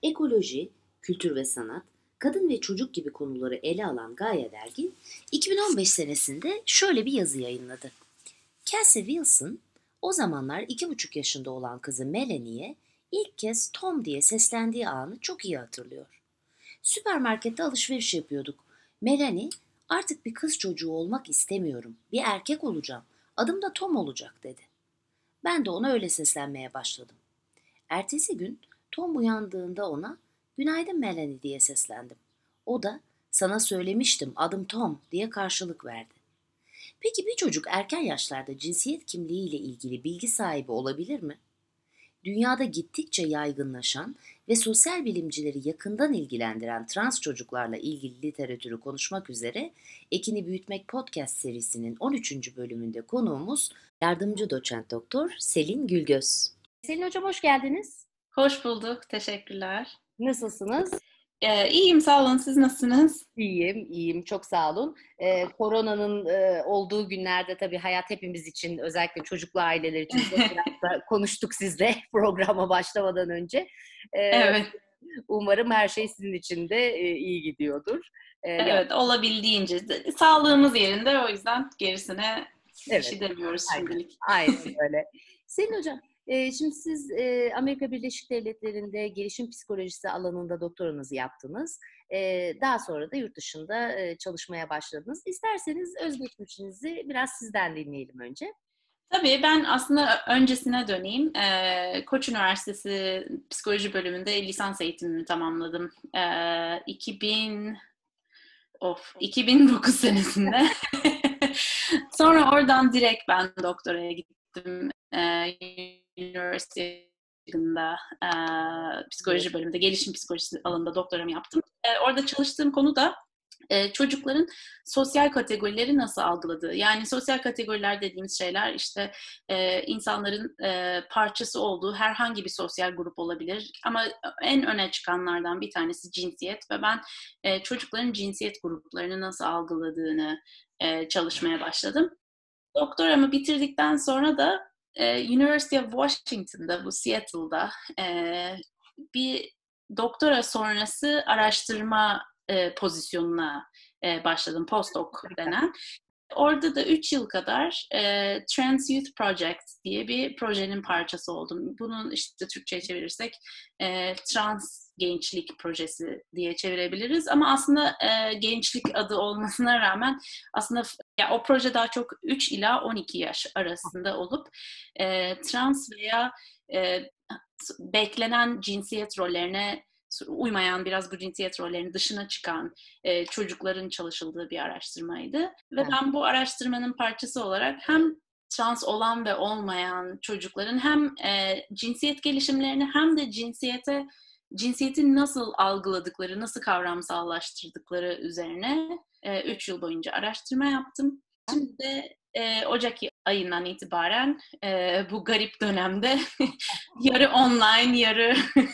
ekoloji, kültür ve sanat, kadın ve çocuk gibi konuları ele alan Gaia Dergi, 2015 senesinde şöyle bir yazı yayınladı. Cassie Wilson, o zamanlar 2,5 yaşında olan kızı Melanie'ye ilk kez Tom diye seslendiği anı çok iyi hatırlıyor. Süpermarkette alışveriş yapıyorduk. Melanie, artık bir kız çocuğu olmak istemiyorum, bir erkek olacağım, adım da Tom olacak dedi. Ben de ona öyle seslenmeye başladım. Ertesi gün Tom uyandığında ona "Günaydın Melanie" diye seslendim. O da "Sana söylemiştim, adım Tom" diye karşılık verdi. Peki bir çocuk erken yaşlarda cinsiyet kimliğiyle ilgili bilgi sahibi olabilir mi? Dünyada gittikçe yaygınlaşan ve sosyal bilimcileri yakından ilgilendiren trans çocuklarla ilgili literatürü konuşmak üzere Ekini Büyütmek Podcast serisinin 13. bölümünde konuğumuz yardımcı doçent doktor Selin Gülgöz. Selin Hocam hoş geldiniz. Hoş bulduk, teşekkürler. Nasılsınız? İyiyim, sağ olun. Siz nasılsınız? İyiyim. Çok sağ olun. Koronanın olduğu günlerde tabii hayat hepimiz için, özellikle çocuklu aileler için çok biraz da konuştuk sizle programa başlamadan önce. Evet. Umarım her şey sizin için de iyi gidiyordur. Evet, olabildiğince. Sağlığımız yerinde, o yüzden gerisine bir şey demiyoruz şimdilik. Aynen öyle. Selin Hocam, şimdi siz Amerika Birleşik Devletleri'nde gelişim psikolojisi alanında doktoranızı yaptınız. Daha sonra da yurt dışında çalışmaya başladınız. İsterseniz özgeçmişinizi biraz sizden dinleyelim önce. Tabii, ben aslında öncesine döneyim. Koç Üniversitesi Psikoloji bölümünde lisans eğitimimi tamamladım. 2009 senesinde. Sonra oradan direkt ben doktoraya gittim. Üniversitede psikoloji bölümünde, gelişim psikolojisi alanında doktoramı yaptım. Orada çalıştığım konu da çocukların sosyal kategorileri nasıl algıladığı. Yani sosyal kategoriler dediğimiz şeyler işte insanların parçası olduğu herhangi bir sosyal grup olabilir. Ama en öne çıkanlardan bir tanesi cinsiyet ve ben çocukların cinsiyet gruplarını nasıl algıladığını çalışmaya başladım. Doktoramı bitirdikten sonra da University of Washington'da, bu Seattle'da bir doktora sonrası araştırma pozisyonuna başladım, postdoc denen. Orada da 3 yıl kadar Trans Youth Project diye bir projenin parçası oldum. Bunun işte Türkçe'ye çevirirsek Trans Gençlik Projesi diye çevirebiliriz. Ama aslında gençlik adı olmasına rağmen aslında o proje daha çok 3 ila 12 yaş arasında olup trans veya beklenen cinsiyet rollerine uymayan, biraz bu cinsiyet rollerinin dışına çıkan çocukların çalışıldığı bir araştırmaydı. Ve ben bu araştırmanın parçası olarak hem trans olan ve olmayan çocukların hem cinsiyet gelişimlerini hem de cinsiyeti nasıl algıladıkları, nasıl kavramsallaştırdıkları üzerine 3 yıl boyunca araştırma yaptım. Şimdi de Ocak ayından itibaren bu garip dönemde yarı online, yarı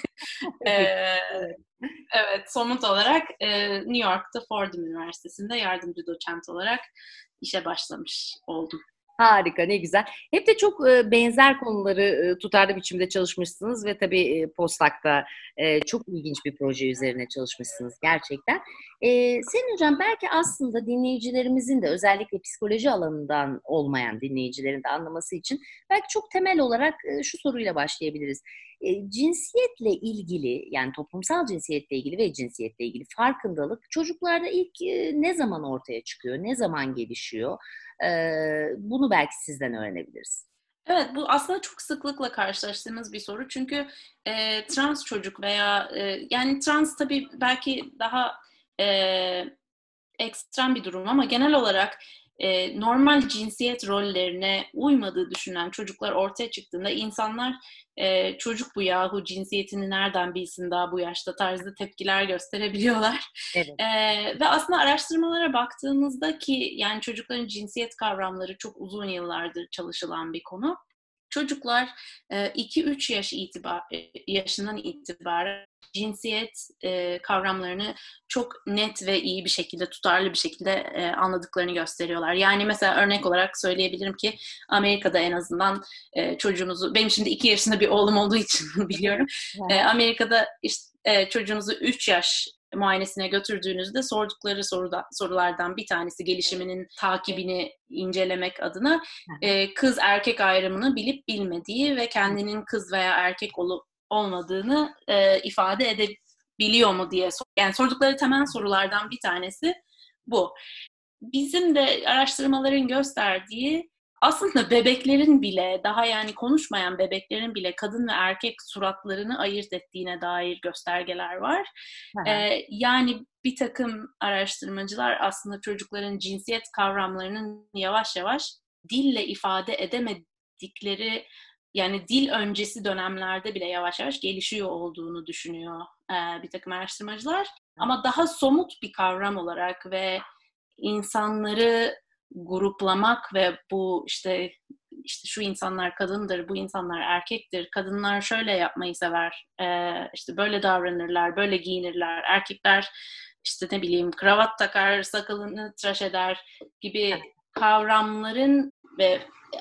evet, somut olarak New York'ta Fordham Üniversitesi'nde yardımcı doçent olarak işe başlamış oldum. Harika, ne güzel. Hep de çok benzer konuları tutarlı biçimde çalışmışsınız ve tabii postdoc'ta çok ilginç bir proje üzerine çalışmışsınız gerçekten. Senin hocam, belki aslında dinleyicilerimizin de, özellikle psikoloji alanından olmayan dinleyicilerin de anlaması için belki çok temel olarak şu soruyla başlayabiliriz. Cinsiyetle ilgili, yani toplumsal cinsiyetle ilgili ve cinsiyetle ilgili farkındalık çocuklarda ilk ne zaman ortaya çıkıyor, ne zaman gelişiyor? Bunu belki sizden öğrenebiliriz. Evet, bu aslında çok sıklıkla karşılaştığımız bir soru. Çünkü trans çocuk veya yani trans tabii belki daha ekstrem bir durum ama genel olarak normal cinsiyet rollerine uymadığı düşünülen çocuklar ortaya çıktığında insanlar çocuk bu yahu, cinsiyetini nereden bilsin daha bu yaşta tarzı tepkiler gösterebiliyorlar. Evet. Ve aslında araştırmalara baktığımızda ki yani çocukların cinsiyet kavramları çok uzun yıllardır çalışılan bir konu. Çocuklar 2-3 yaşından itibaren cinsiyet kavramlarını çok net ve iyi bir şekilde, tutarlı bir şekilde anladıklarını gösteriyorlar. Yani mesela örnek olarak söyleyebilirim ki Amerika'da en azından çocuğunuzu, benim şimdi 2 yaşında bir oğlum olduğu için biliyorum. Amerika'da işte çocuğunuzu 3 yaş muayenesine götürdüğünüzde sordukları sorulardan bir tanesi gelişiminin takibini incelemek adına kız erkek ayrımını bilip bilmediği ve kendinin kız veya erkek olup olmadığını ifade edebiliyor mu diye. Yani sordukları temel sorulardan bir tanesi bu. Bizim de araştırmaların gösterdiği aslında bebeklerin bile, daha yani konuşmayan bebeklerin bile kadın ve erkek suratlarını ayırt ettiğine dair göstergeler var. Yani bir takım araştırmacılar aslında çocukların cinsiyet kavramlarının yavaş yavaş dille ifade edemedikleri, yani dil öncesi dönemlerde bile yavaş yavaş gelişiyor olduğunu düşünüyor bir takım araştırmacılar. Ama daha somut bir kavram olarak ve insanları gruplamak ve bu işte şu insanlar kadındır, bu insanlar erkektir, kadınlar şöyle yapmayı sever, işte böyle davranırlar, böyle giyinirler, erkekler işte ne bileyim kravat takar, sakalını tıraş eder gibi kavramların ve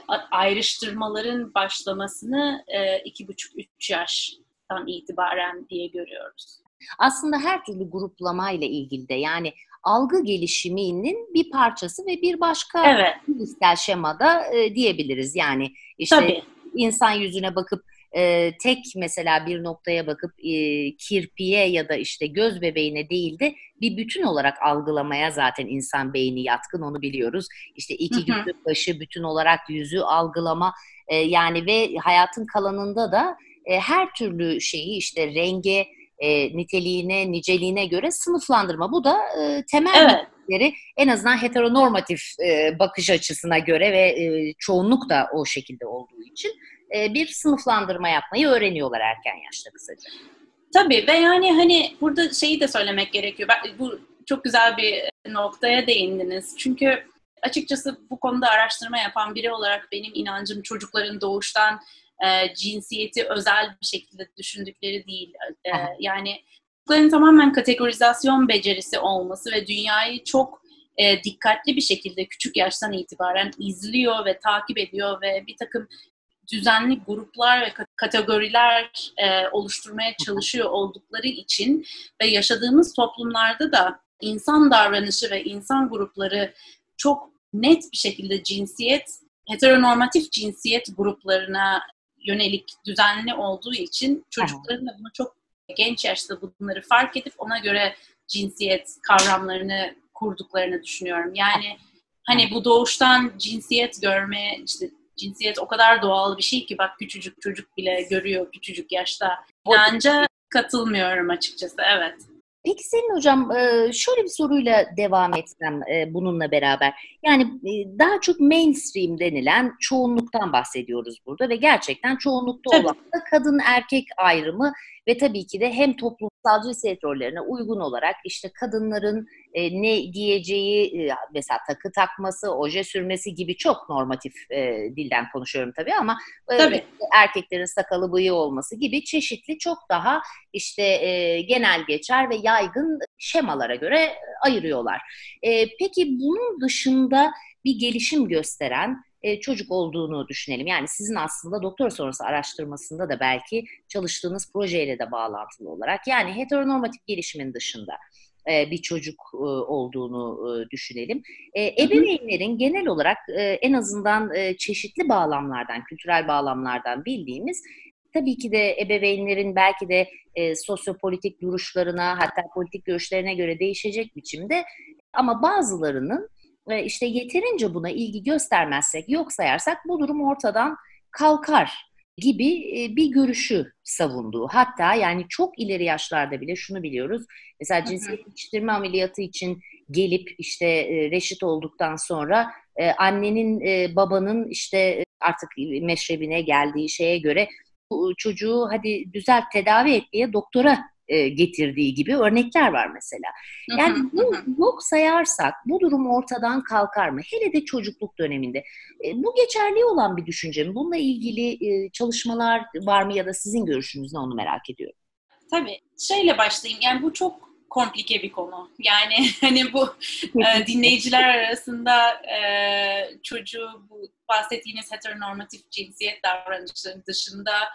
ayrıştırmaların başlamasını 2,5-3 yaştan itibaren diye görüyoruz. Aslında her türlü gruplamayla ilgili de, yani algı gelişiminin bir parçası ve bir başka bilişsel şemada diyebiliriz. Yani işte Tabii. insan yüzüne bakıp tek mesela bir noktaya bakıp kirpiye ya da işte göz bebeğine değil de bir bütün olarak algılamaya zaten insan beyni yatkın, onu biliyoruz. İşte iki gözü, başı, bütün olarak yüzü algılama, yani ve hayatın kalanında da her türlü şeyi işte renge, niteliğine, niceliğine göre sınıflandırma. Bu da temel bilgileri en azından heteronormatif bakış açısına göre ve çoğunluk da o şekilde olduğu için bir sınıflandırma yapmayı öğreniyorlar erken yaşta kısaca. Tabii ve yani hani burada şeyi de söylemek gerekiyor. Bu çok güzel bir noktaya değindiniz. Çünkü açıkçası bu konuda araştırma yapan biri olarak benim inancım çocukların doğuştan cinsiyeti özel bir şekilde düşündükleri değil. Yani çocukların tamamen kategorizasyon becerisi olması ve dünyayı çok dikkatli bir şekilde küçük yaştan itibaren izliyor ve takip ediyor ve bir takım düzenli gruplar ve kategoriler oluşturmaya çalışıyor oldukları için ve yaşadığımız toplumlarda da insan davranışı ve insan grupları çok net bir şekilde heteronormatif cinsiyet gruplarına yönelik düzenli olduğu için çocukların da bunu çok genç yaşta bunları fark edip ona göre cinsiyet kavramlarını kurduklarını düşünüyorum. Yani hani bu doğuştan cinsiyet görme, işte cinsiyet o kadar doğal bir şey ki bak küçücük çocuk bile görüyor küçücük yaşta. Bence katılmıyorum açıkçası, evet. Peki Selin Hocam, şöyle bir soruyla devam etsem bununla beraber. Yani daha çok mainstream denilen çoğunluktan bahsediyoruz burada ve gerçekten çoğunlukta olan da kadın erkek ayrımı ve tabii ki de hem toplumsal cinsiyet rollerine uygun olarak işte kadınların ne giyeceği, mesela takı takması, oje sürmesi gibi çok normatif dilden konuşuyorum tabii ama erkeklerin sakalı bıyığı olması gibi çeşitli çok daha işte genel geçer ve yaygın şemalara göre ayırıyorlar. Peki bunun dışında bir gelişim gösteren çocuk olduğunu düşünelim. Yani sizin aslında doktora sonrası araştırmasında da belki çalıştığınız projeyle de bağlantılı olarak, yani heteronormatif gelişimin dışında bir çocuk olduğunu düşünelim. Ebeveynlerin genel olarak en azından çeşitli bağlamlardan, kültürel bağlamlardan bildiğimiz, tabii ki de ebeveynlerin belki de sosyopolitik duruşlarına, hatta politik görüşlerine göre değişecek biçimde, ama bazılarının işte yeterince buna ilgi göstermezsek, yok sayarsak bu durum ortadan kalkar gibi bir görüşü savunduğu. Hatta yani çok ileri yaşlarda bile şunu biliyoruz. Mesela cinsiyet değiştirme ameliyatı için gelip işte reşit olduktan sonra annenin babanın işte artık meşrebine geldiği şeye göre bu çocuğu hadi düzelt, tedavi et diye doktora getirdiği gibi örnekler var mesela. Yani bu yok sayarsak bu durum ortadan kalkar mı? Hele de çocukluk döneminde. Bu geçerli olan bir düşünce mi? Bununla ilgili çalışmalar var mı ya da sizin görüşünüz ne, onu merak ediyorum. Tabii. Şeyle başlayayım. Yani bu çok komplike bir konu. Yani hani bu dinleyiciler arasında çocuğu bu bahsettiğiniz heteronormatif cinsiyet davranışları dışında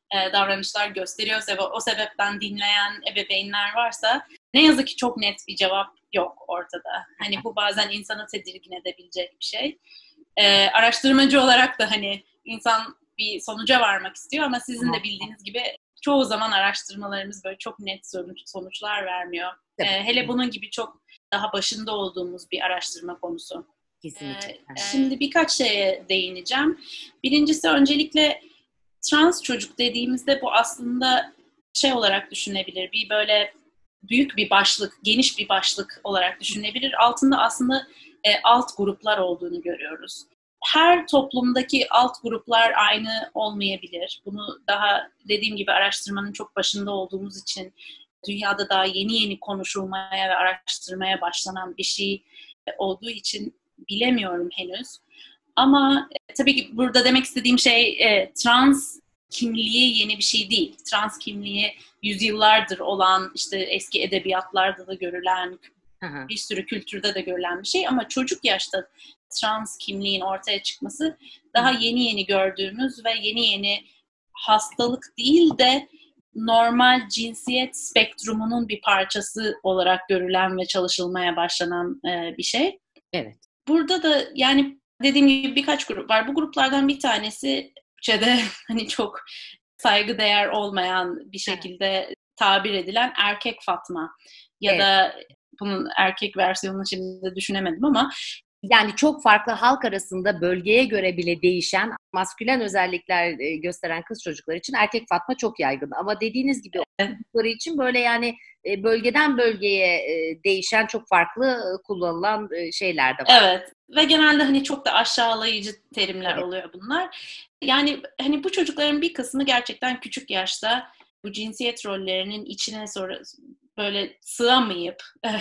davranışlar gösteriyorsa ve o sebepten dinleyen ebeveynler varsa ne yazık ki çok net bir cevap yok ortada. Hani bu bazen insanı tedirgin edebilecek bir şey. Araştırmacı olarak da hani insan bir sonuca varmak istiyor ama sizin de bildiğiniz gibi çoğu zaman araştırmalarımız böyle çok net sonuçlar vermiyor. Hele bunun gibi çok daha başında olduğumuz bir araştırma konusu. Kesinlikle. Şimdi birkaç şeye değineceğim. Birincisi öncelikle trans çocuk dediğimizde bu aslında şey olarak düşünebilir. Bir böyle büyük bir başlık, geniş bir başlık olarak düşünebilir. Altında aslında alt gruplar olduğunu görüyoruz. Her toplumdaki alt gruplar aynı olmayabilir. Bunu daha dediğim gibi araştırmanın çok başında olduğumuz için dünyada daha yeni konuşulmaya ve araştırmaya başlanan bir şey olduğu için bilemiyorum henüz. Ama tabii ki burada demek istediğim şey trans kimliği yeni bir şey değil. Trans kimliği yüzyıllardır olan, işte eski edebiyatlarda da görülen, bir sürü kültürde de görülen bir şey. Ama çocuk yaşta trans kimliğin ortaya çıkması daha yeni gördüğümüz ve yeni hastalık değil de normal cinsiyet spektrumunun bir parçası olarak görülen ve çalışılmaya başlanan bir şey. Evet. Burada da yani dediğim gibi birkaç grup var. Bu gruplardan bir tanesi Türkçe'de hani çok saygıdeğer olmayan bir şekilde tabir edilen erkek Fatma. Ya da bunun erkek versiyonunu şimdi düşünemedim ama yani çok farklı halk arasında bölgeye göre bile değişen maskülen özellikler gösteren kız çocuklar için erkek Fatma çok yaygın. Ama dediğiniz gibi çocukları için böyle yani bölgeden bölgeye değişen çok farklı kullanılan şeyler de var. Evet ve genelde hani çok da aşağılayıcı terimler oluyor bunlar. Yani hani bu çocukların bir kısmı gerçekten küçük yaşta bu cinsiyet rollerinin içine sonra böyle sığamayıp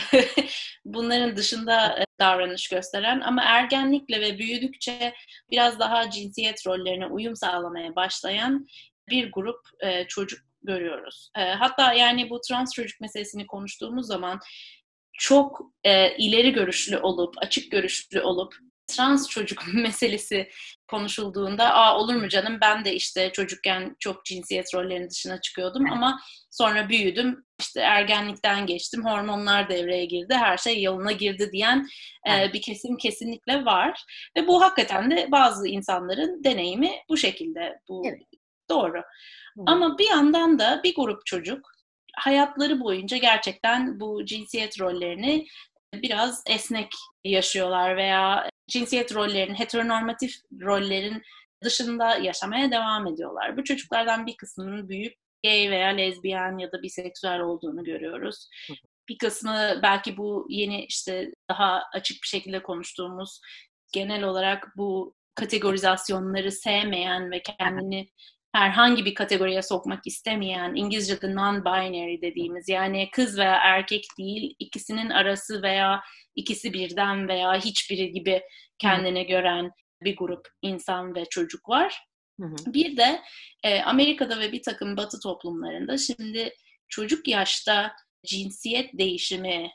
bunların dışında davranış gösteren ama ergenlikle ve büyüdükçe biraz daha cinsiyet rollerine uyum sağlamaya başlayan bir grup çocuk görüyoruz. Hatta yani bu trans çocuk meselesini konuştuğumuz zaman çok ileri görüşlü olup, açık görüşlü olup trans çocuk meselesi konuşulduğunda olur mu canım ben de işte çocukken çok cinsiyet rollerinin dışına çıkıyordum ama sonra büyüdüm, işte ergenlikten geçtim, hormonlar devreye girdi, her şey yoluna girdi diyen bir kesim kesinlikle var. Ve bu hakikaten de bazı insanların deneyimi bu şekilde. Bu doğru. Ama bir yandan da bir grup çocuk hayatları boyunca gerçekten bu cinsiyet rollerini biraz esnek yaşıyorlar veya cinsiyet rollerinin, heteronormatif rollerin dışında yaşamaya devam ediyorlar. Bu çocuklardan bir kısmının büyük gay veya lezbiyen ya da biseksüel olduğunu görüyoruz. Bir kısmı belki bu yeni işte daha açık bir şekilde konuştuğumuz genel olarak bu kategorizasyonları sevmeyen ve kendini herhangi bir kategoriye sokmak istemeyen, İngilizce'de non-binary dediğimiz yani kız veya erkek değil, ikisinin arası veya ikisi birden veya hiçbiri gibi kendine gören bir grup insan ve çocuk var. Bir de Amerika'da ve bir takım Batı toplumlarında şimdi çocuk yaşta cinsiyet değişimi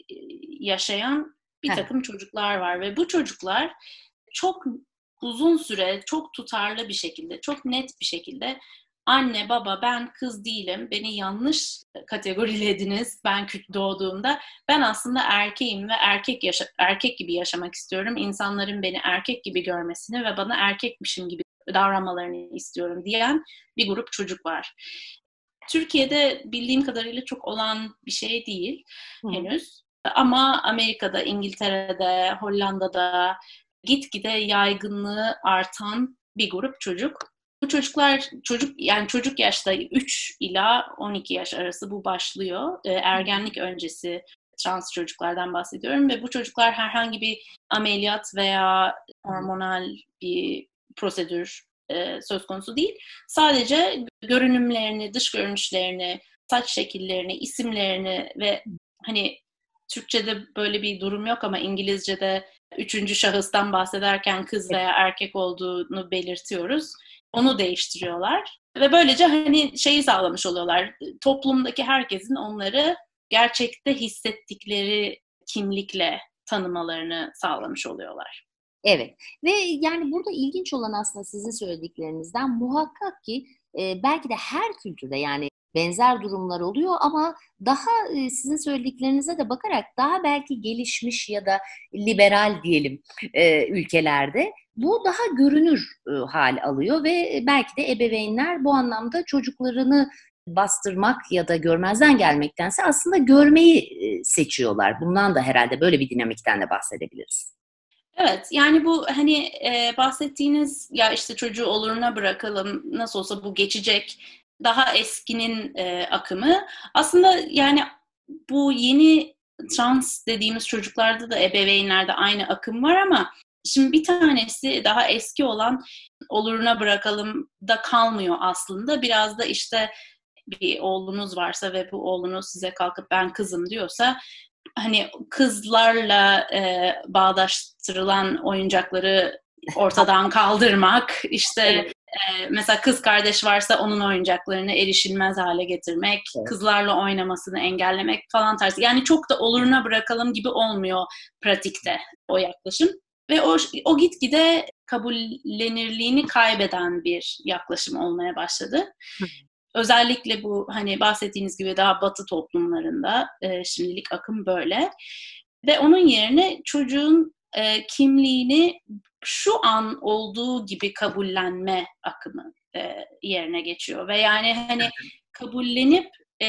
yaşayan bir takım çocuklar var ve bu çocuklar çok uzun süre, çok tutarlı bir şekilde, çok net bir şekilde anne baba ben kız değilim, beni yanlış kategorilediniz ben doğduğumda. Ben aslında erkeğim ve erkek gibi yaşamak istiyorum. İnsanların beni erkek gibi görmesini ve bana erkekmişim gibi davranmalarını istiyorum diyen bir grup çocuk var. Türkiye'de bildiğim kadarıyla çok olan bir şey değil henüz. Ama Amerika'da, İngiltere'de, Hollanda'da gitgide yaygınlığı artan bir grup çocuk. Bu çocuklar çocuk yaşta 3 ila 12 yaş arası bu başlıyor. Ergenlik öncesi trans çocuklardan bahsediyorum ve bu çocuklar herhangi bir ameliyat veya hormonal bir prosedür söz konusu değil. Sadece görünümlerini, dış görünüşlerini, saç şekillerini, isimlerini ve hani Türkçe'de böyle bir durum yok ama İngilizce'de üçüncü şahıstan bahsederken kız veya erkek olduğunu belirtiyoruz. Onu değiştiriyorlar. Ve böylece hani şeyi sağlamış oluyorlar. Toplumdaki herkesin onları gerçekte hissettikleri kimlikle tanımalarını sağlamış oluyorlar. Evet ve yani burada ilginç olan aslında sizin söylediklerinizden muhakkak ki belki de her kültürde yani benzer durumlar oluyor ama daha sizin söylediklerinize de bakarak daha belki gelişmiş ya da liberal diyelim ülkelerde bu daha görünür hal alıyor ve belki de ebeveynler bu anlamda çocuklarını bastırmak ya da görmezden gelmektense aslında görmeyi seçiyorlar. Bundan da herhalde böyle bir dinamikten de bahsedebiliriz. Evet, yani bu hani bahsettiğiniz ya işte çocuğu oluruna bırakalım nasıl olsa bu geçecek daha eskinin akımı aslında yani bu yeni trans dediğimiz çocuklarda da ebeveynlerde aynı akım var ama şimdi bir tanesi daha eski olan oluruna bırakalım da kalmıyor aslında biraz da işte bir oğlunuz varsa ve bu oğlunuz size kalkıp ben kızım diyorsa hani kızlarla bağdaştırılan oyuncakları ortadan kaldırmak, işte Evet, mesela kız kardeş varsa onun oyuncaklarını erişilmez hale getirmek, evet. kızlarla oynamasını engellemek falan tarzı. Yani çok da oluruna bırakalım gibi olmuyor pratikte o yaklaşım. Ve o gitgide kabullenirliğini kaybeden bir yaklaşım olmaya başladı. Özellikle bu hani bahsettiğiniz gibi daha batı toplumlarında şimdilik akım böyle. Ve onun yerine çocuğun kimliğini şu an olduğu gibi kabullenme akımı yerine geçiyor. Ve yani hani kabullenip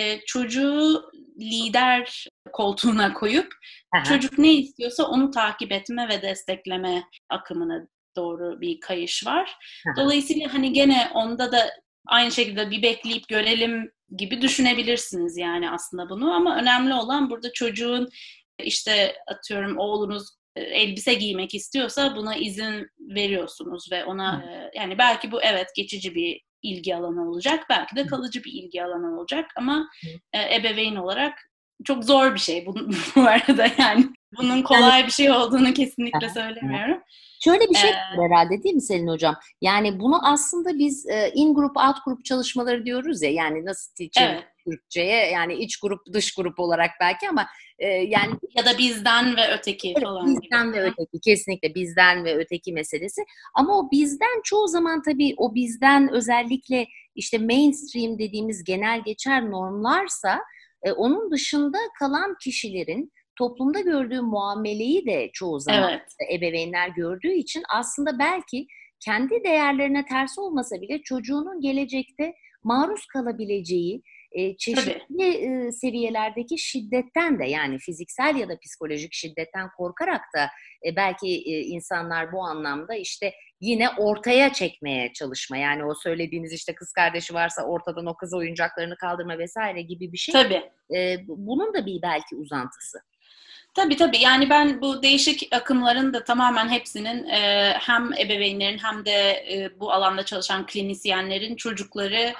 çocuğu lider koltuğuna koyup Aha, çocuk ne istiyorsa onu takip etme ve destekleme akımına doğru bir kayış var. aha. Dolayısıyla hani gene onda da aynı şekilde bir bekleyip görelim gibi düşünebilirsiniz yani aslında bunu ama önemli olan burada çocuğun işte atıyorum oğlunuz elbise giymek istiyorsa buna izin veriyorsunuz ve ona yani belki bu evet geçici bir ilgi alanı olacak belki de kalıcı bir ilgi alanı olacak ama ebeveyn olarak çok zor bir şey bu arada yani bunun Yani, kolay bir şey olduğunu kesinlikle aha, aha. söylemiyorum. Şöyle bir E, şey var herhalde değil mi Selin Hocam? Yani bunu aslında biz in-grup, out-grup çalışmaları diyoruz ya, yani nasıl çevir evet Türkçe'ye, yani iç grup, dış grup olarak belki ama yani ya da bizden ve öteki evet, falan gibi. bizden ve öteki, kesinlikle bizden ve öteki meselesi. Ama o bizden çoğu zaman tabii o bizden özellikle işte mainstream dediğimiz genel geçer normlarsa onun dışında kalan kişilerin toplumda gördüğü muameleyi de çoğu zaman Evet, ebeveynler gördüğü için aslında belki kendi değerlerine ters olmasa bile çocuğunun gelecekte maruz kalabileceği tabii. çeşitli seviyelerdeki şiddetten de, yani fiziksel ya da psikolojik şiddetten korkarak da belki insanlar bu anlamda işte yine ortaya çekmeye çalışma, yani o söylediğiniz işte kız kardeşi varsa ortadan o kız oyuncaklarını kaldırma vesaire gibi bir şey, Tabii. bunun da bir belki uzantısı. Tabii tabii. Yani ben bu değişik akımların da tamamen hepsinin hem ebeveynlerin hem de bu alanda çalışan klinisyenlerin çocukları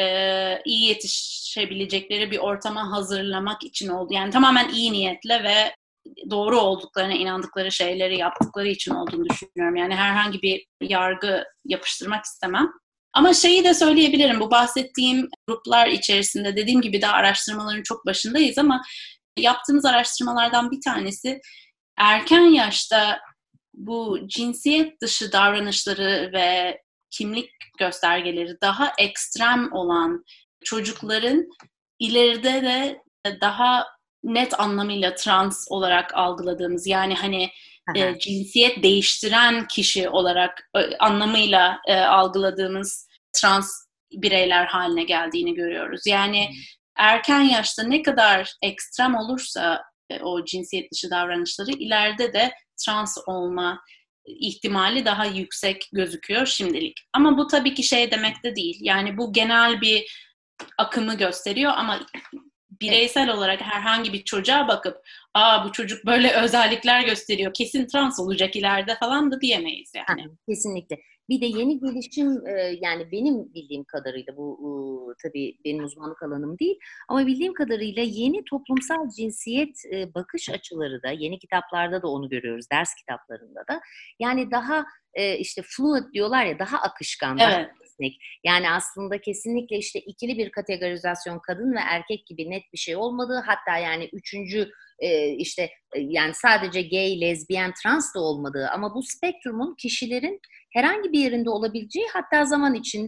iyi yetişebilecekleri bir ortama hazırlamak için oldu. Yani tamamen iyi niyetle ve doğru olduklarına inandıkları şeyleri yaptıkları için olduğunu düşünüyorum. Yani herhangi bir yargı yapıştırmak istemem. Ama şeyi de söyleyebilirim. Bu bahsettiğim gruplar içerisinde dediğim gibi daha araştırmaların çok başındayız ama yaptığımız araştırmalardan bir tanesi erken yaşta bu cinsiyet dışı davranışları ve kimlik göstergeleri daha ekstrem olan çocukların ileride de daha net anlamıyla trans olarak algıladığımız yani hani Aha. cinsiyet değiştiren kişi olarak anlamıyla algıladığımız trans bireyler haline geldiğini görüyoruz. Yani erken yaşta ne kadar ekstrem olursa o cinsiyet dışı davranışları ileride de trans olma ihtimali daha yüksek gözüküyor şimdilik. Ama bu tabii ki şey demek de değil. Yani bu genel bir akımı gösteriyor ama Evet. bireysel olarak herhangi bir çocuğa bakıp bu çocuk böyle özellikler gösteriyor kesin trans olacak ileride falan da diyemeyiz Hı yani. hı, kesinlikle. Bir de yeni gelişim, yani benim bildiğim kadarıyla bu tabii benim uzmanlık alanım değil ama bildiğim kadarıyla yeni toplumsal cinsiyet bakış açıları da yeni kitaplarda da onu görüyoruz, ders kitaplarında da. Yani daha işte fluid diyorlar ya, daha akışkan, daha Evet, esnek. Yani aslında kesinlikle işte ikili bir kategorizasyon, kadın ve erkek gibi net bir şey olmadığı, hatta yani üçüncü işte yani sadece gay, lezbiyen, trans da olmadığı ama bu spektrumun kişilerin herhangi bir yerinde olabileceği, hatta zaman içinde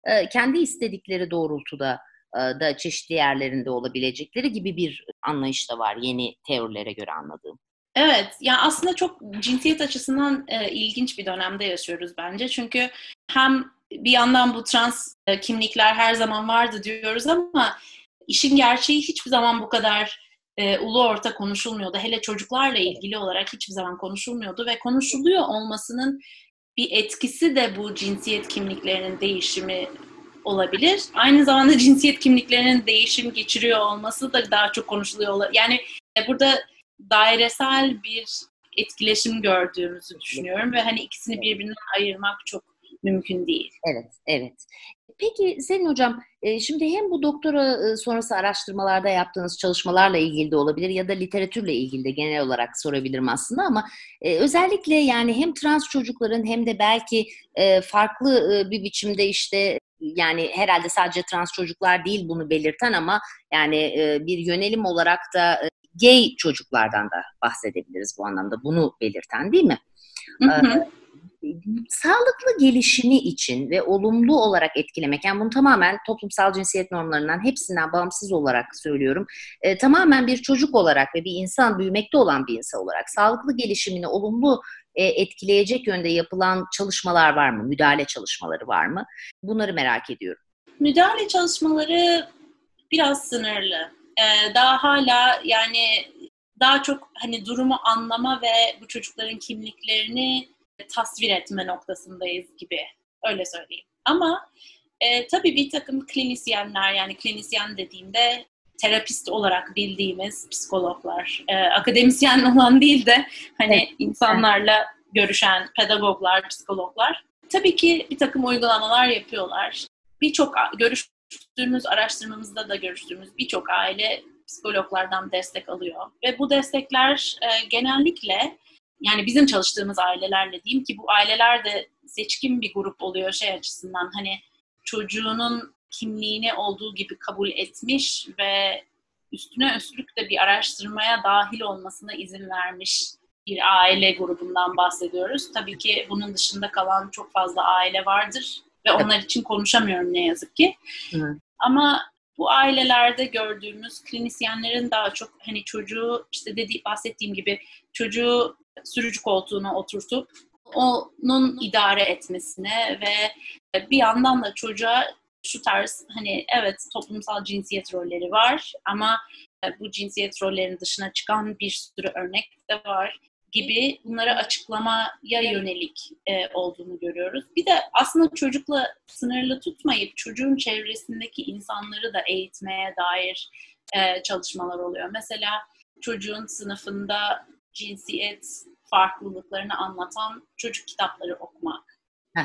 kendi istedikleri doğrultuda da çeşitli yerlerinde olabilecekleri gibi bir anlayış da var yeni teorilere göre anladığım. Evet, yani aslında çok cinsiyet açısından ilginç bir dönemde yaşıyoruz bence. Çünkü hem bir yandan bu trans kimlikler her zaman vardı diyoruz ama işin gerçeği hiçbir zaman bu kadar ulu orta konuşulmuyordu. Hele çocuklarla ilgili olarak hiçbir zaman konuşulmuyordu ve konuşuluyor olmasının bir etkisi de bu cinsiyet kimliklerinin değişimi olabilir. Aynı zamanda cinsiyet kimliklerinin değişim geçiriyor olması da daha çok konuşuluyor olabilir. Yani burada dairesel bir etkileşim gördüğümüzü düşünüyorum ve hani ikisini birbirinden ayırmak çok mümkün değil. Evet, evet. Peki Selin Hocam, şimdi hem bu doktora sonrası araştırmalarda yaptığınız çalışmalarla ilgili de olabilir ya da literatürle ilgili de genel olarak sorabilirim aslında ama özellikle yani hem trans çocukların hem de belki farklı bir biçimde işte yani herhalde sadece trans çocuklar değil bunu belirten ama yani bir yönelim olarak da gay çocuklardan da bahsedebiliriz bu anlamda bunu belirten değil mi? Hı hı. Sağlıklı gelişimi için ve olumlu olarak etkilemek, yani bunu tamamen toplumsal cinsiyet normlarından hepsinden bağımsız olarak söylüyorum. Tamamen bir çocuk olarak ve bir insan, büyümekte olan bir insan olarak sağlıklı gelişimini olumlu etkileyecek yönde yapılan çalışmalar var mı? Müdahale çalışmaları var mı? Bunları merak ediyorum. Müdahale çalışmaları biraz sınırlı. Daha hala yani daha çok hani durumu anlama ve bu çocukların kimliklerini tasvir etme noktasındayız gibi. Öyle söyleyeyim. Ama tabii bir takım klinisyenler, yani klinisyen dediğimde terapist olarak bildiğimiz psikologlar, akademisyen olan değil de hani Evet. insanlarla görüşen pedagoglar, psikologlar tabii ki bir takım uygulamalar yapıyorlar. Birçok görüştüğümüz, araştırmamızda da görüştüğümüz birçok aile psikologlardan destek alıyor. Ve bu destekler genellikle yani bizim çalıştığımız ailelerle diyeyim ki bu aileler de seçkin bir grup oluyor şey açısından hani çocuğunun kimliğini olduğu gibi kabul etmiş ve üstüne üstlük de bir araştırmaya dahil olmasına izin vermiş bir aile grubundan bahsediyoruz. Tabii ki bunun dışında kalan çok fazla aile vardır ve onlar için konuşamıyorum ne yazık ki. Hı. Ama bu ailelerde gördüğümüz klinisyenlerin daha çok hani çocuğu işte bahsettiğim gibi çocuğu sürücü koltuğuna oturtup onun idare etmesine ve bir yandan da çocuğa şu tarz hani evet toplumsal cinsiyet rolleri var ama bu cinsiyet rollerinin dışına çıkan bir sürü örnek de var gibi bunları açıklamaya yönelik olduğunu görüyoruz. Bir de aslında çocukla sınırlı tutmayıp çocuğun çevresindeki insanları da eğitmeye dair çalışmalar oluyor. Mesela çocuğun sınıfında cinsiyet farklılıklarını anlatan çocuk kitapları okumak.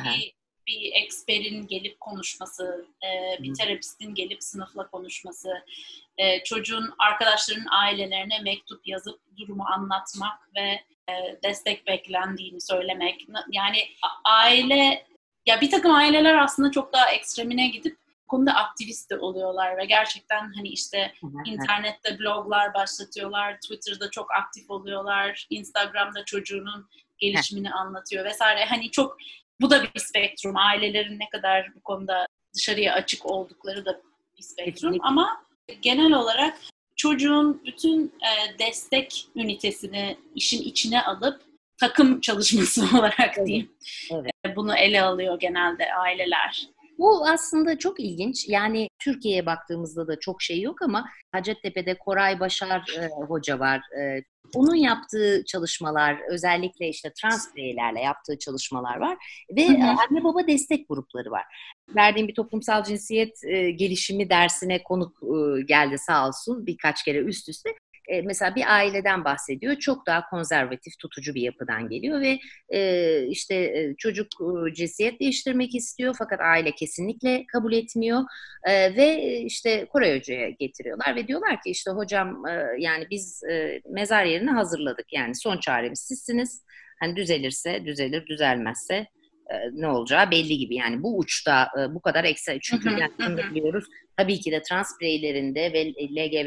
Bir eksperin gelip konuşması, bir terapistin gelip sınıfla konuşması, çocuğun arkadaşlarının ailelerine mektup yazıp durumu anlatmak ve destek beklendiğini söylemek. Yani aile, ya bir takım aileler aslında çok daha ekstremine gidip bu konuda aktivist de oluyorlar ve gerçekten hani işte internette bloglar başlatıyorlar, Twitter'da çok aktif oluyorlar, Instagram'da çocuğunun gelişimini anlatıyor vesaire. Hani çok bu da bir spektrum. Ailelerin ne kadar bu konuda dışarıya açık oldukları da bir spektrum. Ama genel olarak çocuğun bütün destek ünitesini işin içine alıp takım çalışması olarak diyeyim. Evet. Bunu ele alıyor genelde aileler. Bu aslında çok ilginç. Yani Türkiye'ye baktığımızda da çok şey yok ama Hacettepe'de Koray Başar hoca var. Onun yaptığı çalışmalar, özellikle işte trans bireylerle yaptığı çalışmalar var ve anne baba destek grupları var. Verdiğim bir toplumsal cinsiyet gelişimi dersine konuk geldi sağ olsun birkaç kere üst üste. Mesela bir aileden bahsediyor. Çok daha konservatif, tutucu bir yapıdan geliyor ve işte çocuk cinsiyet değiştirmek istiyor fakat aile kesinlikle kabul etmiyor ve işte Koray Hoca'ya getiriyorlar ve diyorlar ki işte hocam yani biz mezar yerini hazırladık. Yani son çaremiz sizsiniz. Hani düzelirse düzelir, düzelmezse ne olacağı belli gibi. Yani bu uçta bu kadar ekstra. Çünkü yani biliyoruz tabii ki de trans bireylerinde ve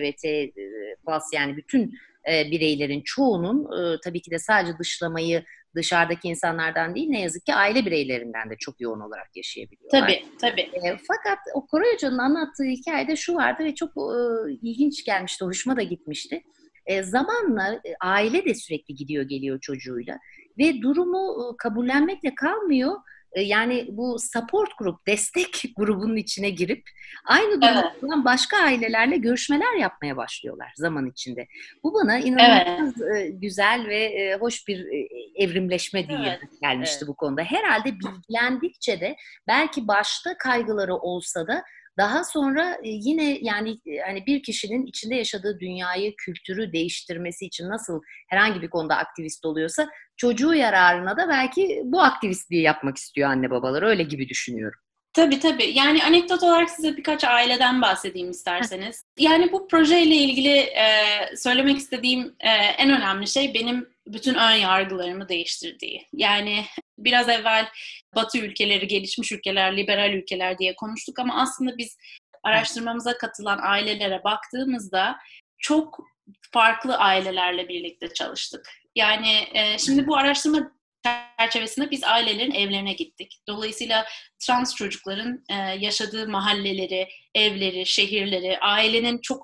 LGBT plus yani bütün bireylerin çoğunun tabii ki de sadece dışlamayı dışarıdaki insanlardan değil, ne yazık ki aile bireylerinden de çok yoğun olarak yaşayabiliyorlar. Tabii, tabii. Fakat o Koray Hoca'nın anlattığı hikayede şu vardı ve çok ilginç gelmişti, hoşuma da gitmişti. Zamanla aile de sürekli gidiyor geliyor çocuğuyla ve durumu kabullenmekle kalmıyor. Yani bu support grup, destek grubunun içine girip aynı durumda Evet, olan başka ailelerle görüşmeler yapmaya başlıyorlar zaman içinde. Bu bana evet, inanılmaz güzel ve hoş bir evrimleşme diyeyim evet, gelmişti evet. bu konuda. Herhalde bilgilendikçe de belki başta kaygıları olsa da daha sonra yine yani hani bir kişinin içinde yaşadığı dünyayı, kültürü değiştirmesi için nasıl herhangi bir konuda aktivist oluyorsa çocuğu yararına da belki bu aktivistliği yapmak istiyor anne babalar. Öyle gibi düşünüyorum. Tabii tabii. Yani anekdot olarak size birkaç aileden bahsedeyim isterseniz. Yani bu projeyle ilgili söylemek istediğim en önemli şey benim bütün ön yargılarımı değiştirdiği. Yani biraz evvel Batı ülkeleri, gelişmiş ülkeler, liberal ülkeler diye konuştuk ama aslında biz araştırmamıza katılan ailelere baktığımızda çok farklı ailelerle birlikte çalıştık. Yani şimdi bu araştırma çerçevesinde biz ailelerin evlerine gittik. Dolayısıyla trans çocukların yaşadığı mahalleleri, evleri, şehirleri, ailenin çok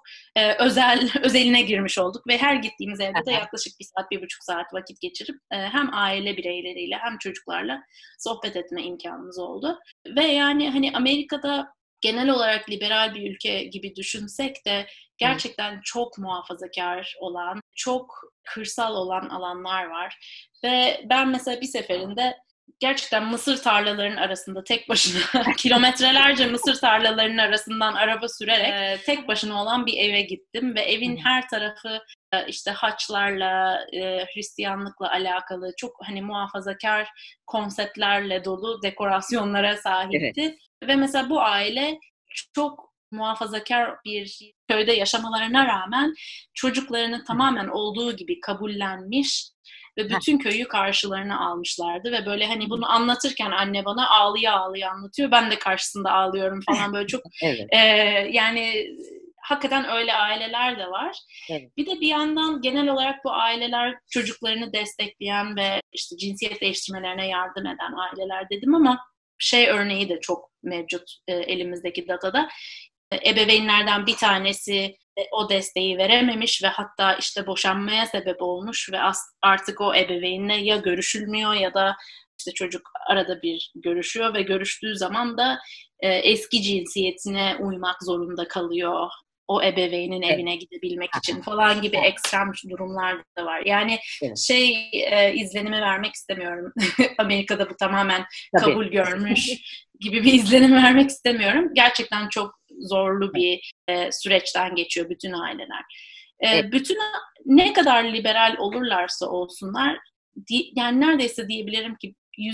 özeline girmiş olduk ve her gittiğimiz evde de yaklaşık 1 saat, 1,5 saat vakit geçirip hem aile bireyleriyle hem çocuklarla sohbet etme imkanımız oldu. Ve yani hani Amerika'da genel olarak liberal bir ülke gibi düşünsek de gerçekten çok muhafazakar olan, çok kırsal olan alanlar var. Ve ben mesela bir seferinde gerçekten mısır tarlalarının arasında tek başına kilometrelerce mısır tarlalarının arasından araba sürerek tek başına olan bir eve gittim ve evin her tarafı işte haçlarla, Hristiyanlıkla alakalı çok hani muhafazakar konseptlerle dolu dekorasyonlara Evet. sahipti. Ve mesela bu aile çok muhafazakar bir köyde yaşamalarına rağmen çocuklarını tamamen olduğu gibi kabullenmiş ve bütün köyü karşılarına almışlardı ve böyle hani bunu anlatırken anne bana ağlıya ağlıya anlatıyor. Ben de karşısında ağlıyorum falan böyle çok Evet. yani hakikaten öyle aileler de var. Evet. Bir de bir yandan genel olarak bu aileler çocuklarını destekleyen ve işte cinsiyet değiştirmelerine yardım eden aileler dedim ama şey örneği de çok mevcut elimizdeki datada. Ebeveynlerden bir tanesi o desteği verememiş ve hatta işte boşanmaya sebep olmuş ve artık o ebeveynle ya görüşülmüyor ya da işte çocuk arada bir görüşüyor ve görüştüğü zaman da eski cinsiyetine uymak zorunda kalıyor. O ebeveynin Evet. evine gidebilmek için falan gibi ekstrem durumlar da var. Yani Evet. izlenimi vermek istemiyorum. Amerika'da bu tamamen Tabii. kabul görmüş gibi bir izlenim vermek istemiyorum. Gerçekten çok zorlu bir süreçten geçiyor bütün aileler. Evet. Bütün ne kadar liberal olurlarsa olsunlar, yani neredeyse diyebilirim ki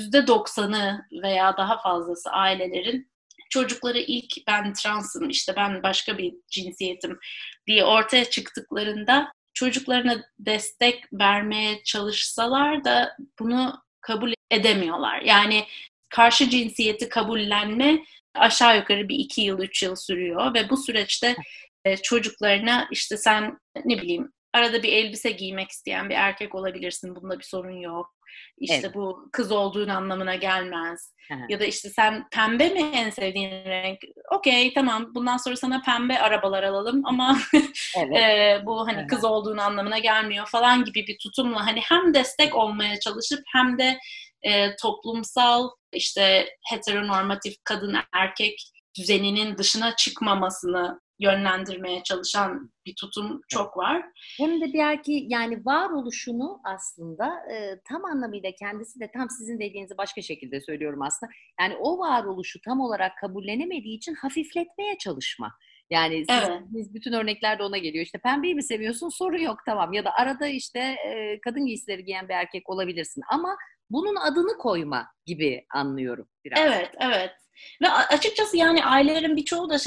%90'ı veya daha fazlası ailelerin çocukları ilk ben transım, işte ben başka bir cinsiyetim diye ortaya çıktıklarında çocuklarına destek vermeye çalışsalar da bunu kabul edemiyorlar. Yani karşı cinsiyeti kabullenme aşağı yukarı bir 2 yıl, 3 yıl sürüyor ve bu süreçte çocuklarına işte sen ne bileyim arada bir elbise giymek isteyen bir erkek olabilirsin. Bunda bir sorun yok. Evet. İşte bu kız olduğun anlamına gelmez. Aha. Ya da işte sen pembe mi en sevdiğin renk? Okey tamam bundan sonra sana pembe arabalar alalım ama Evet. bu hani Aha. kız olduğun anlamına gelmiyor falan gibi bir tutumla hani hem destek olmaya çalışıp hem de toplumsal işte heteronormatif kadın erkek düzeninin dışına çıkmamasını yönlendirmeye çalışan bir tutum Evet. çok var. Hem de belki yani varoluşunu aslında tam anlamıyla kendisi de tam sizin dediğinizi başka şekilde söylüyorum aslında. Yani o varoluşu tam olarak kabullenemediği için hafifletmeye çalışma. Yani Evet, siz bütün örnekler de ona geliyor. İşte pembeyi mi seviyorsun? Sorun yok tamam. Ya da arada işte kadın giysileri giyen bir erkek olabilirsin. Ama bunun adını koyma gibi anlıyorum biraz. evet, evet. Ve açıkçası yani ailelerin birçoğu da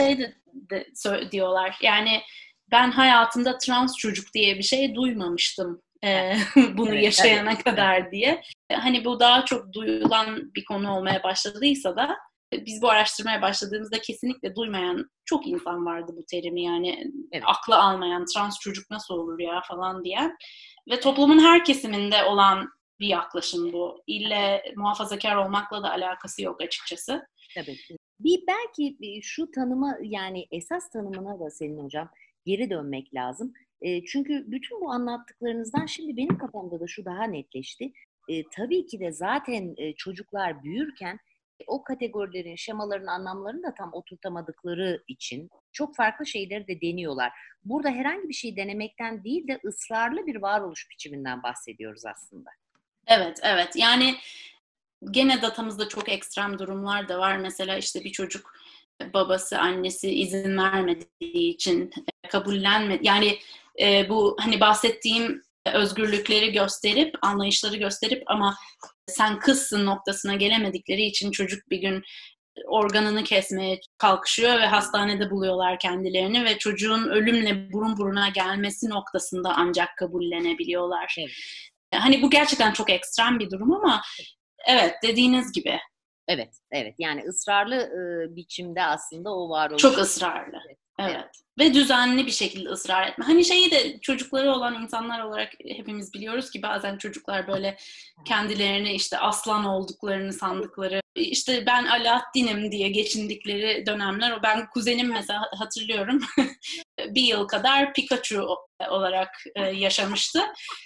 diyorlar. Yani ben hayatımda trans çocuk diye bir şey duymamıştım. Heh, Bunu evet, tabii. yaşayana Evet, kadar diye. Hani bu daha çok duyulan bir konu olmaya başladıysa da biz bu araştırmaya başladığımızda kesinlikle duymayan çok insan vardı bu terimi yani evet. aklı almayan trans çocuk nasıl olur ya falan diyen ve toplumun her kesiminde olan bir yaklaşım bu. İlle muhafazakar olmakla da alakası yok açıkçası. Tabii. Bir belki şu tanıma, yani esas tanımına da Selin Hocam geri dönmek lazım. Çünkü bütün bu anlattıklarınızdan şimdi benim kafamda da şu daha netleşti. Tabii ki de zaten çocuklar büyürken o kategorilerin, şemaların anlamlarını da tam oturtamadıkları için çok farklı şeyleri de deniyorlar. Burada herhangi bir şey denemekten değil de ısrarlı bir varoluş biçiminden bahsediyoruz aslında. Evet, evet. Yani gene datamızda çok ekstrem durumlar da var. Mesela işte bir çocuk babası, annesi izin vermediği için kabullenmedi. Yani bu hani bahsettiğim özgürlükleri gösterip, anlayışları gösterip ama sen kızsın noktasına gelemedikleri için çocuk bir gün organını kesmeye kalkışıyor ve hastanede buluyorlar kendilerini ve çocuğun ölümle burun buruna gelmesi noktasında ancak kabullenebiliyorlar. Evet. Hani bu gerçekten çok ekstrem bir durum ama evet, dediğiniz gibi. Evet, evet. Yani ısrarlı biçimde aslında o varoluş. Çok ısrarlı. Evet. Evet. Ve düzenli bir şekilde ısrar etme. Hani şeyi de çocukları olan insanlar olarak hepimiz biliyoruz ki bazen çocuklar böyle kendilerini işte aslan olduklarını sandıkları, işte ben Alaaddin'im diye geçindikleri dönemler. Ben kuzenim mesela hatırlıyorum. Bir yıl kadar Pikachu olarak yaşamıştı.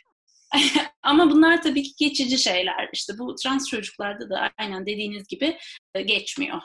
Ama bunlar tabii ki geçici şeyler. İşte bu trans çocuklarda da aynen dediğiniz gibi geçmiyor.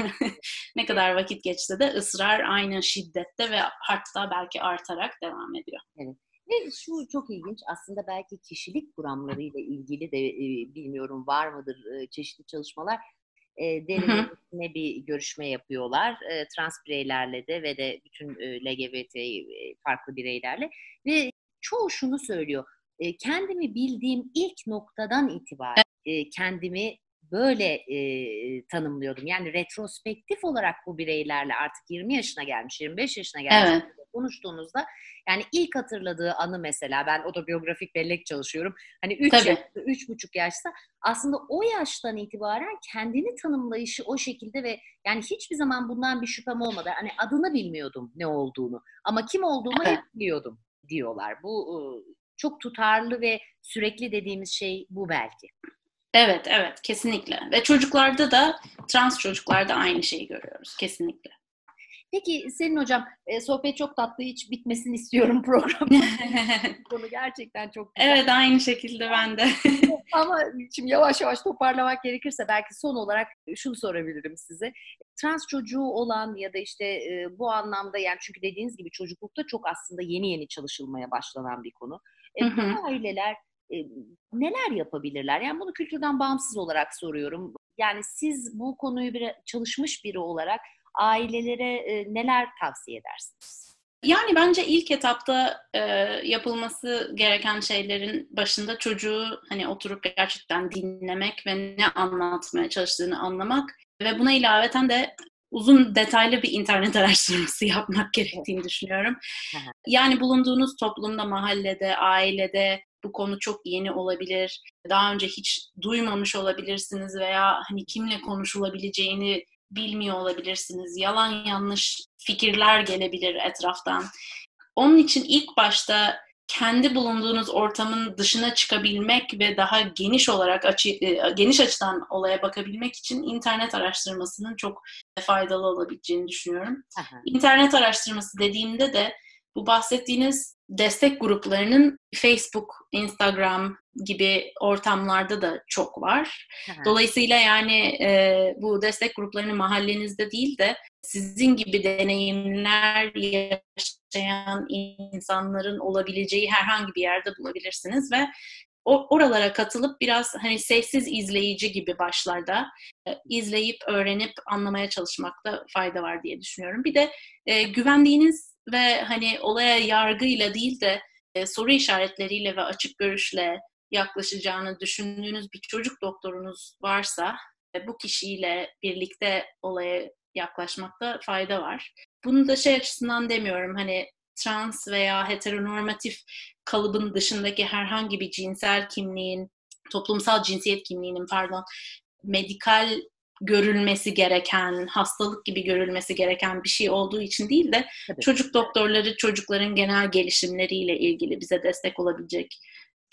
Ne kadar vakit geçse de ısrar aynı şiddette ve hatta belki artarak devam ediyor. Evet. Ve şu çok ilginç, aslında belki kişilik kuramlarıyla ilgili de bilmiyorum var mıdır çeşitli çalışmalar. Derinlemesine bir görüşme yapıyorlar. Trans bireylerle de ve de bütün LGBT farklı bireylerle. Ve çoğu şunu söylüyor. Kendimi bildiğim ilk noktadan itibaren kendimi böyle tanımlıyordum. Yani retrospektif olarak bu bireylerle artık 20 yaşına gelmiş, 25 yaşına gelmiş Evet. konuştuğunuzda, yani ilk hatırladığı anı, mesela ben otobiyografik bellek çalışıyorum. Hani 3 Tabii. yaşta, 3,5 yaşta aslında o yaştan itibaren kendini tanımlayışı o şekilde ve yani hiçbir zaman bundan bir şüphem olmadı. Hani adını bilmiyordum ne olduğunu ama kim olduğumu Evet. hep biliyordum diyorlar. Bu çok tutarlı ve sürekli dediğimiz şey bu belki. Evet, evet, kesinlikle. Ve çocuklarda da, trans çocuklarda aynı şeyi görüyoruz, kesinlikle. Peki Selin Hocam, sohbet çok tatlı, hiç bitmesini istiyorum programda. Konu gerçekten çok güzel. Evet, aynı şekilde ben de. Ama şimdi yavaş yavaş toparlamak gerekirse belki son olarak şunu sorabilirim size. Trans çocuğu olan ya da işte bu anlamda, yani çünkü dediğiniz gibi çocuklukta çok aslında yeni yeni çalışılmaya başlanan bir konu. Hı hı. Bu aileler neler yapabilirler? Yani bunu kültürden bağımsız olarak soruyorum. Yani siz bu konuyu çalışmış biri olarak ailelere neler tavsiye edersiniz? Yani bence ilk etapta yapılması gereken şeylerin başında çocuğu hani oturup gerçekten dinlemek ve ne anlatmaya çalıştığını anlamak ve buna ilaveten de uzun detaylı bir internet araştırması yapmak gerektiğini düşünüyorum. Yani bulunduğunuz toplumda, mahallede, ailede bu konu çok yeni olabilir. Daha önce hiç duymamış olabilirsiniz veya hani kimle konuşulabileceğini bilmiyor olabilirsiniz. Yalan yanlış fikirler gelebilir etraftan. Onun için ilk başta kendi bulunduğunuz ortamın dışına çıkabilmek ve daha geniş olarak geniş açıdan olaya bakabilmek için internet araştırmasının çok faydalı olabileceğini düşünüyorum. İnternet araştırması dediğimde de bu bahsettiğiniz destek gruplarının Facebook, Instagram gibi ortamlarda da çok var. Dolayısıyla yani bu destek gruplarını mahallenizde değil de sizin gibi deneyimler yaşayan insanların olabileceği herhangi bir yerde bulabilirsiniz ve oralara katılıp biraz hani sessiz izleyici gibi başlarda izleyip, öğrenip, anlamaya çalışmakta fayda var diye düşünüyorum. Bir de güvendiğiniz ve hani olaya yargıyla değil de soru işaretleriyle ve açık görüşle yaklaşacağını düşündüğünüz bir çocuk doktorunuz varsa bu kişiyle birlikte olaya yaklaşmakta fayda var. Bunu da şey açısından demiyorum, hani trans veya heteronormatif kalıbın dışındaki herhangi bir cinsel kimliğin, toplumsal cinsiyet kimliğinin medikal görülmesi gereken, hastalık gibi görülmesi gereken bir şey olduğu için değil de çocuk doktorları çocukların genel gelişimleriyle ilgili bize destek olabilecek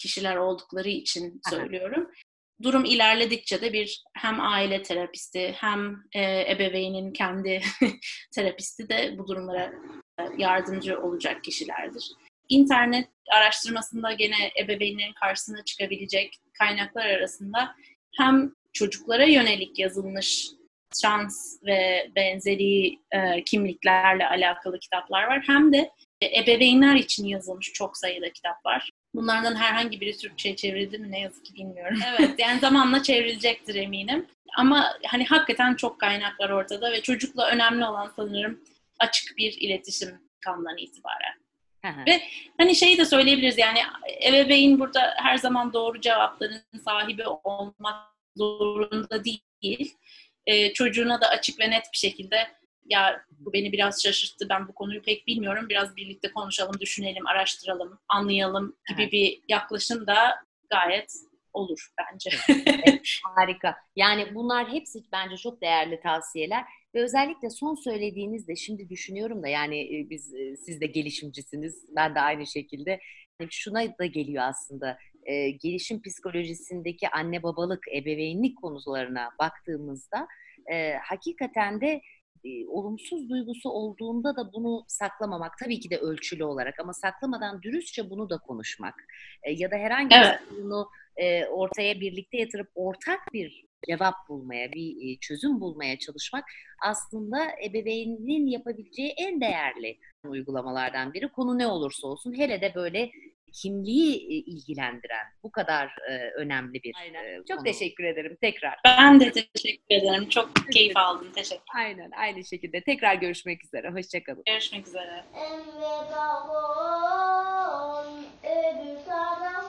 kişiler oldukları için Aha. söylüyorum. Durum ilerledikçe de bir hem aile terapisti hem ebeveynin kendi terapisti de bu durumlara yardımcı olacak kişilerdir. İnternet araştırmasında gene ebeveynlerin karşısına çıkabilecek kaynaklar arasında hem çocuklara yönelik yazılmış trans ve benzeri kimliklerle alakalı kitaplar var, hem de ebeveynler için yazılmış çok sayıda kitap var. Bunlardan herhangi biri Türkçe'ye çevrildi mi ne yazık ki bilmiyorum. Evet, yani zamanla çevrilecektir eminim. Ama hani hakikaten çok kaynak var ortada ve çocukla önemli olan sanırım açık bir iletişim kanundan itibaren. Ve hani şeyi de söyleyebiliriz, yani ebeveyn burada her zaman doğru cevapların sahibi olmak zorunda değil. Çocuğuna da açık ve net bir şekilde ya bu beni biraz şaşırttı, ben bu konuyu pek bilmiyorum, biraz birlikte konuşalım, düşünelim, araştıralım, anlayalım gibi bir yaklaşım da gayet olur bence. Evet, harika. Yani bunlar hepsi bence çok değerli tavsiyeler ve özellikle son söylediğinizde şimdi düşünüyorum da yani siz de gelişimcisiniz, ben de aynı şekilde. Yani şuna da geliyor aslında. Gelişim psikolojisindeki anne babalık, ebeveynlik konularına baktığımızda hakikaten de olumsuz duygusu olduğunda da bunu saklamamak, tabii ki de ölçülü olarak, ama saklamadan dürüstçe bunu da konuşmak ya da herhangi bir sorunu ortaya birlikte yatırıp ortak bir cevap bulmaya, bir çözüm bulmaya çalışmak aslında ebeveynin yapabileceği en değerli uygulamalardan biri. Konu ne olursa olsun, hele de böyle kimliği ilgilendiren bu kadar önemli bir Çok konu. Teşekkür ederim tekrar. Ben de teşekkür ederim. Çok keyif aldım. Teşekkür ederim. Aynen, aynı şekilde. Tekrar görüşmek üzere. Hoşçakalın. Görüşmek üzere.